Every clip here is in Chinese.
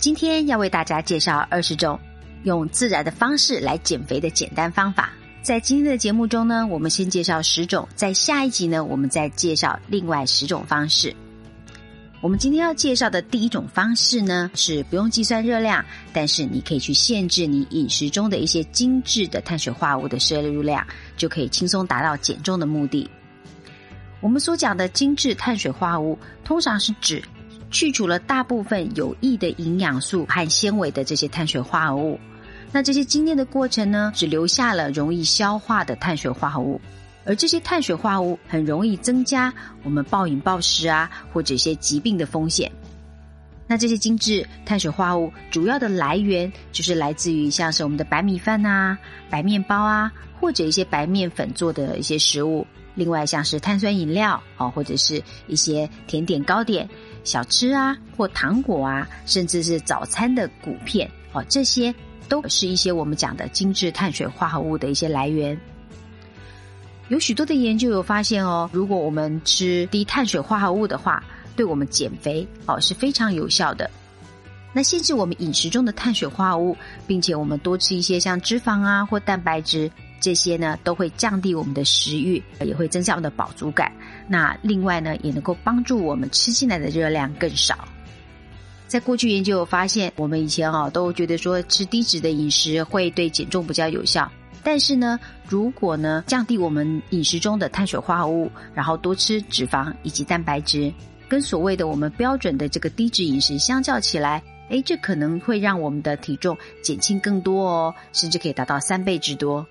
今天要为大家介绍20种用自然的方式来减肥的简单方法。在今天的节目中呢，我们先介绍10种，在下一集呢，我们再介绍另外10种方式。我们今天要介绍的第一种方式呢，是不用计算热量，但是你可以去限制你饮食中的一些精致的碳水化合物的摄入量，就可以轻松达到减重的目的。我们所讲的精致碳水化合物，通常是指去除了大部分有益的营养素和纤维的这些碳水化合物，那这些精炼的过程呢，只留下了容易消化的碳水化合物，而这些碳水化合物很容易增加我们暴饮暴食啊，或者一些疾病的风险。那这些精致碳水化合物主要的来源就是来自于像是我们的白米饭啊、白面包啊，或者一些白面粉做的一些食物。另外像是碳酸饮料或者是一些甜点糕点、小吃啊，或糖果啊，甚至是早餐的谷片这些都是一些我们讲的精致碳水化合物的一些来源。有许多的研究有发现如果我们吃低碳水化合物的话，对我们减肥是非常有效的。那限制我们饮食中的碳水化合物，并且我们多吃一些像脂肪啊或蛋白质，这些呢都会降低我们的食欲，也会增加我们的饱足感。那另外呢，也能够帮助我们吃进来的热量更少。在过去研究有发现，我们以前都觉得说吃低脂的饮食会对减重比较有效，但是呢，如果呢降低我们饮食中的碳水化合物，然后多吃脂肪以及蛋白质，跟所谓的我们标准的这个低脂饮食相较起来，这可能会让我们的体重减轻更多甚至可以达到3倍之多。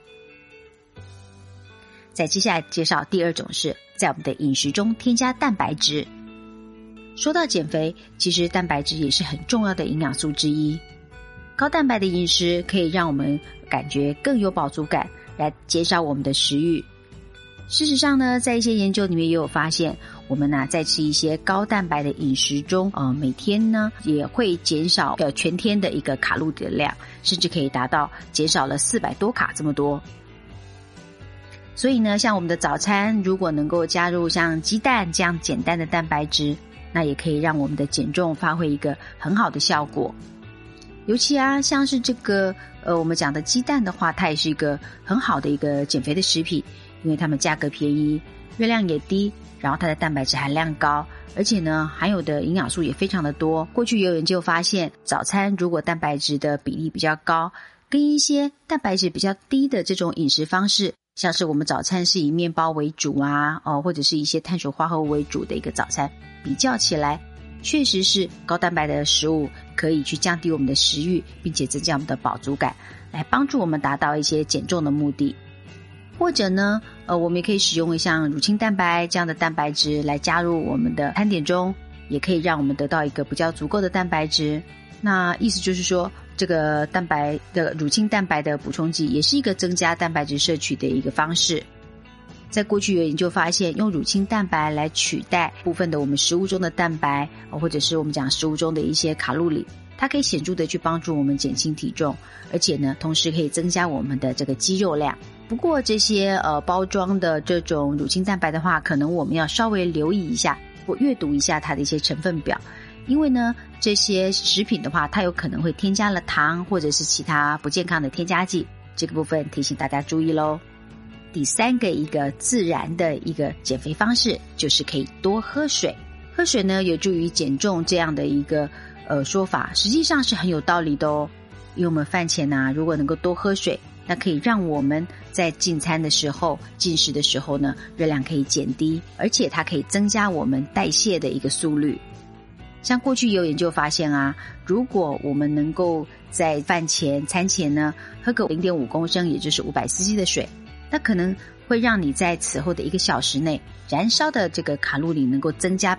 在接下来介绍第2种是在我们的饮食中添加蛋白质。说到减肥，其实蛋白质也是很重要的营养素之一。高蛋白的饮食可以让我们感觉更有饱足感，来减少我们的食欲。事实上呢，在一些研究里面也有发现，我们在吃一些高蛋白的饮食中，每天呢也会减少全天的一个卡路里的量，甚至可以达到减少了400多卡这么多。所以呢，像我们的早餐如果能够加入像鸡蛋这样简单的蛋白质，那也可以让我们的减重发挥一个很好的效果。尤其像是这个我们讲的鸡蛋的话，它也是一个很好的一个减肥的食品，因为它们价格便宜，热量也低，然后它的蛋白质含量高，而且呢含有的营养素也非常的多。过去也有研究发现，早餐如果蛋白质的比例比较高，跟一些蛋白质比较低的这种饮食方式，像是我们早餐是以面包为主或者是一些碳水化合物为主的一个早餐比较起来，确实是高蛋白的食物可以去降低我们的食欲，并且增加我们的饱足感，来帮助我们达到一些减重的目的。或者呢我们也可以使用像乳清蛋白这样的蛋白质来加入我们的餐点中，也可以让我们得到一个比较足够的蛋白质。那意思就是说，这个蛋白的乳清蛋白的补充剂也是一个增加蛋白质摄取的一个方式。在过去有研究发现，用乳清蛋白来取代部分的我们食物中的蛋白，或者是我们讲食物中的一些卡路里，它可以显著的去帮助我们减轻体重，而且呢同时可以增加我们的这个肌肉量。不过这些包装的这种乳清蛋白的话，可能我们要稍微留意一下或阅读一下它的一些成分表，因为呢这些食品的话，它有可能会添加了糖或者是其他不健康的添加剂，这个部分提醒大家注意咯。第3个一个自然的一个减肥方式，就是可以多喝水。喝水呢有助于减重这样的一个说法，实际上是很有道理的因为我们饭前如果能够多喝水，那可以让我们在进餐的时候、进食的时候呢，热量可以减低，而且它可以增加我们代谢的一个速率。像过去也有研究发现如果我们能够在餐前呢喝个 0.5 公升，也就是500 cc 的水，那可能会让你在此后的1个小时内燃烧的这个卡路里能够增加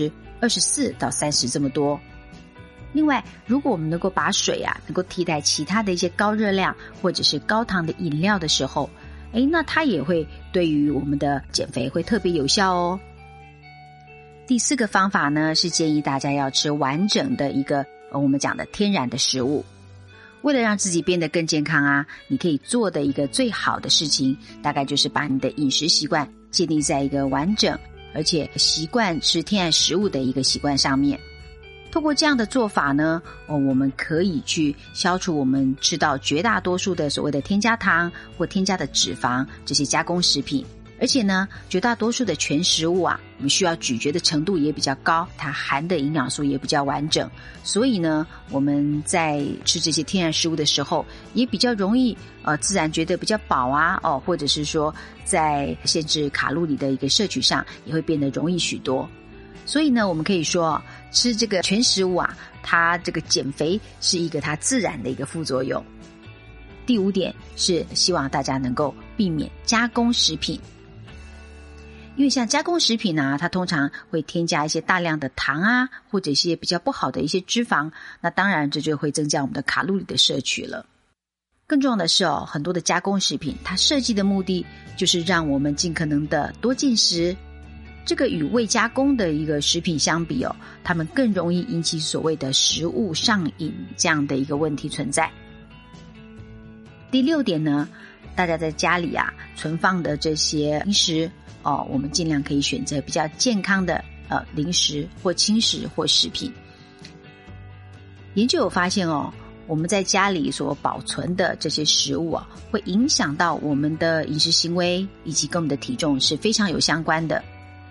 24%到30%这么多。另外，如果我们能够把水能够替代其他的一些高热量或者是高糖的饮料的时候，那它也会对于我们的减肥会特别有效哦。第4个方法呢，是建议大家要吃完整的一个我们讲的天然的食物。为了让自己变得更健康你可以做的一个最好的事情，大概就是把你的饮食习惯建立在一个完整而且习惯吃天然食物的一个习惯上面。 透过这样的做法呢，我们可以去消除我们吃到绝大多数的所谓的添加糖或添加的脂肪这些加工食品。而且呢，绝大多数的全食物啊，我们需要咀嚼的程度也比较高，它含的营养素也比较完整，所以呢，我们在吃这些天然食物的时候，也比较容易自然觉得比较饱啊，或者是说在限制卡路里的一个摄取上也会变得容易许多。所以呢，我们可以说吃这个全食物啊，它这个减肥是一个它自然的一个副作用。第5点是希望大家能够避免加工食品。因为像加工食品啊，它通常会添加一些大量的糖啊，或者一些比较不好的一些脂肪，那当然这就会增加我们的卡路里的摄取了。更重要的是很多的加工食品，它设计的目的就是让我们尽可能的多进食。这个与未加工的一个食品相比它们更容易引起所谓的食物上瘾这样的一个问题存在。第6点呢，大家在家里啊存放的这些零食我们尽量可以选择比较健康的零食或轻食或食品。研究有发现我们在家里所保存的这些食物会影响到我们的饮食行为以及跟我们的体重是非常有相关的。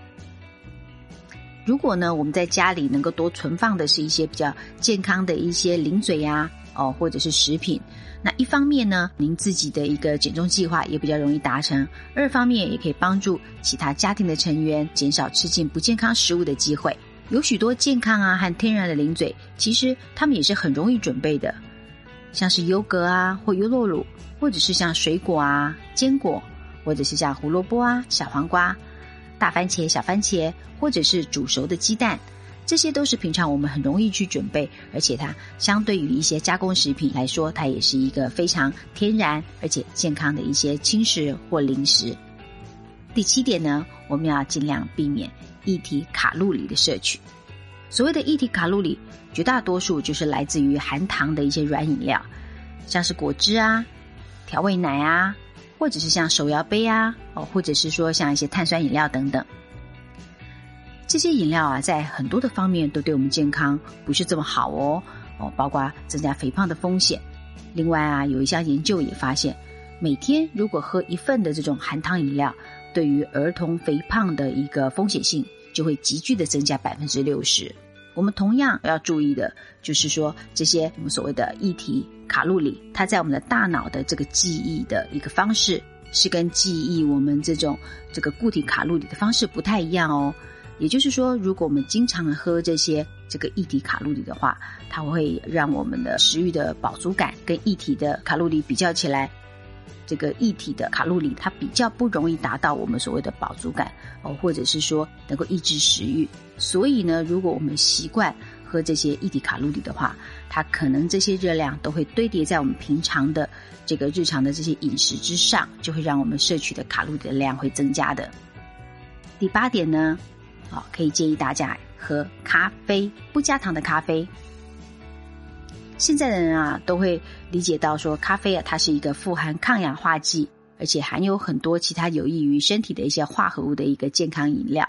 如果呢我们在家里能够多存放的是一些比较健康的一些零嘴啊或者是食品，那一方面呢，您自己的一个减重计划也比较容易达成；二方面也可以帮助其他家庭的成员减少吃进不健康食物的机会。有许多健康啊和天然的零嘴，其实它们也是很容易准备的，像是优格啊或优酪乳，或者是像水果啊、坚果，或者是像胡萝卜啊、小黄瓜、大番茄、小番茄，或者是煮熟的鸡蛋。这些都是平常我们很容易去准备，而且它相对于一些加工食品来说，它也是一个非常天然而且健康的一些轻食或零食。第7点呢，我们要尽量避免液体卡路里的摄取。所谓的液体卡路里，绝大多数就是来自于含糖的一些软饮料，像是果汁啊、调味奶啊，或者是像手摇杯啊，或者是说像一些碳酸饮料等等。这些饮料啊，在很多的方面都对我们健康不是这么好包括增加肥胖的风险。另外啊，有一项研究也发现，每天如果喝1份的这种含糖饮料，对于儿童肥胖的一个风险性就会急剧的增加 60%。 我们同样要注意的就是说，这些我们所谓的液体卡路里，它在我们的大脑的这个记忆的一个方式是跟记忆我们这个固体卡路里的方式不太一样也就是说，如果我们经常喝这个液体卡路里的话，它会让我们的食欲的饱足感跟液体的卡路里比较起来，这个液体的卡路里它比较不容易达到我们所谓的饱足感或者是说能够抑制食欲。所以呢，如果我们习惯喝这些液体卡路里的话，它可能这些热量都会堆叠在我们平常的这个日常的这些饮食之上，就会让我们摄取的卡路里的量会增加的。第8点呢，可以建议大家喝咖啡，不加糖的咖啡。现在的人啊，都会理解到说，咖啡啊，它是一个富含抗氧化剂，而且含有很多其他有益于身体的一些化合物的一个健康饮料。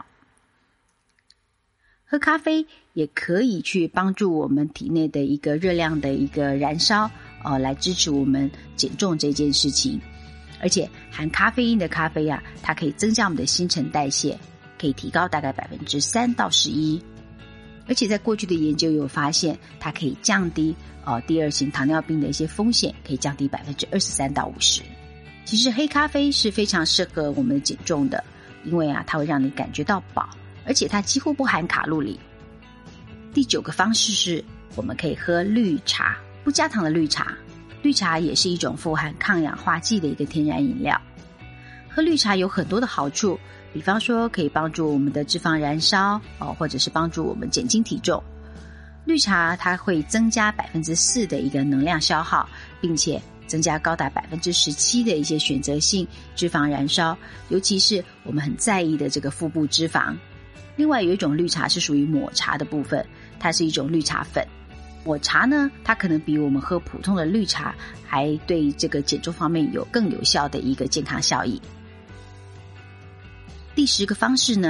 喝咖啡也可以去帮助我们体内的一个热量的一个燃烧，来支持我们减重这件事情。而且含咖啡因的咖啡啊，它可以增加我们的新陈代谢，可以提高大概 3%到11%。而且在过去的研究有发现，它可以降低第2型糖尿病的一些风险，可以降低 23%到50%。其实黑咖啡是非常适合我们减重的，因为啊，它会让你感觉到饱，而且它几乎不含卡路里。第9个方式是，我们可以喝绿茶，不加糖的绿茶。绿茶也是一种富含抗氧化剂的一个天然饮料。喝绿茶有很多的好处，比方说可以帮助我们的脂肪燃烧或者是帮助我们减轻体重。绿茶它会增加 4% 的一个能量消耗，并且增加高达 17% 的一些选择性脂肪燃烧，尤其是我们很在意的这个腹部脂肪。另外有一种绿茶是属于抹茶的部分，它是一种绿茶粉。抹茶呢，它可能比我们喝普通的绿茶还对这个减重方面有更有效的一个健康效益。第10个方式呢，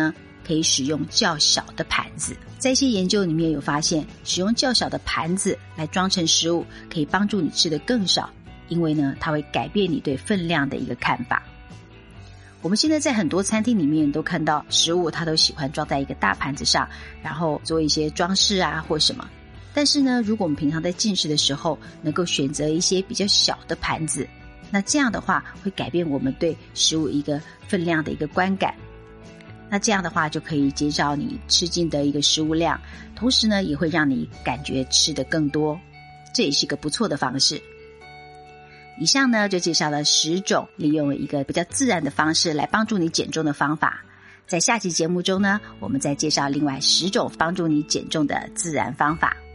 可以使用较小的盘子。在一些研究里面有发现，使用较小的盘子来装盛食物，可以帮助你吃得更少，因为呢，它会改变你对分量的一个看法。我们现在在很多餐厅里面都看到食物，它都喜欢装在一个大盘子上，然后做一些装饰啊或什么。但是呢，如果我们平常在进食的时候能够选择一些比较小的盘子，那这样的话会改变我们对食物一个分量的一个观感。那这样的话就可以减少你吃进的一个食物量，同时呢也会让你感觉吃得更多，这也是一个不错的方式。以上呢就介绍了10种利用一个比较自然的方式来帮助你减重的方法。在下期节目中呢，我们再介绍另外10种帮助你减重的自然方法。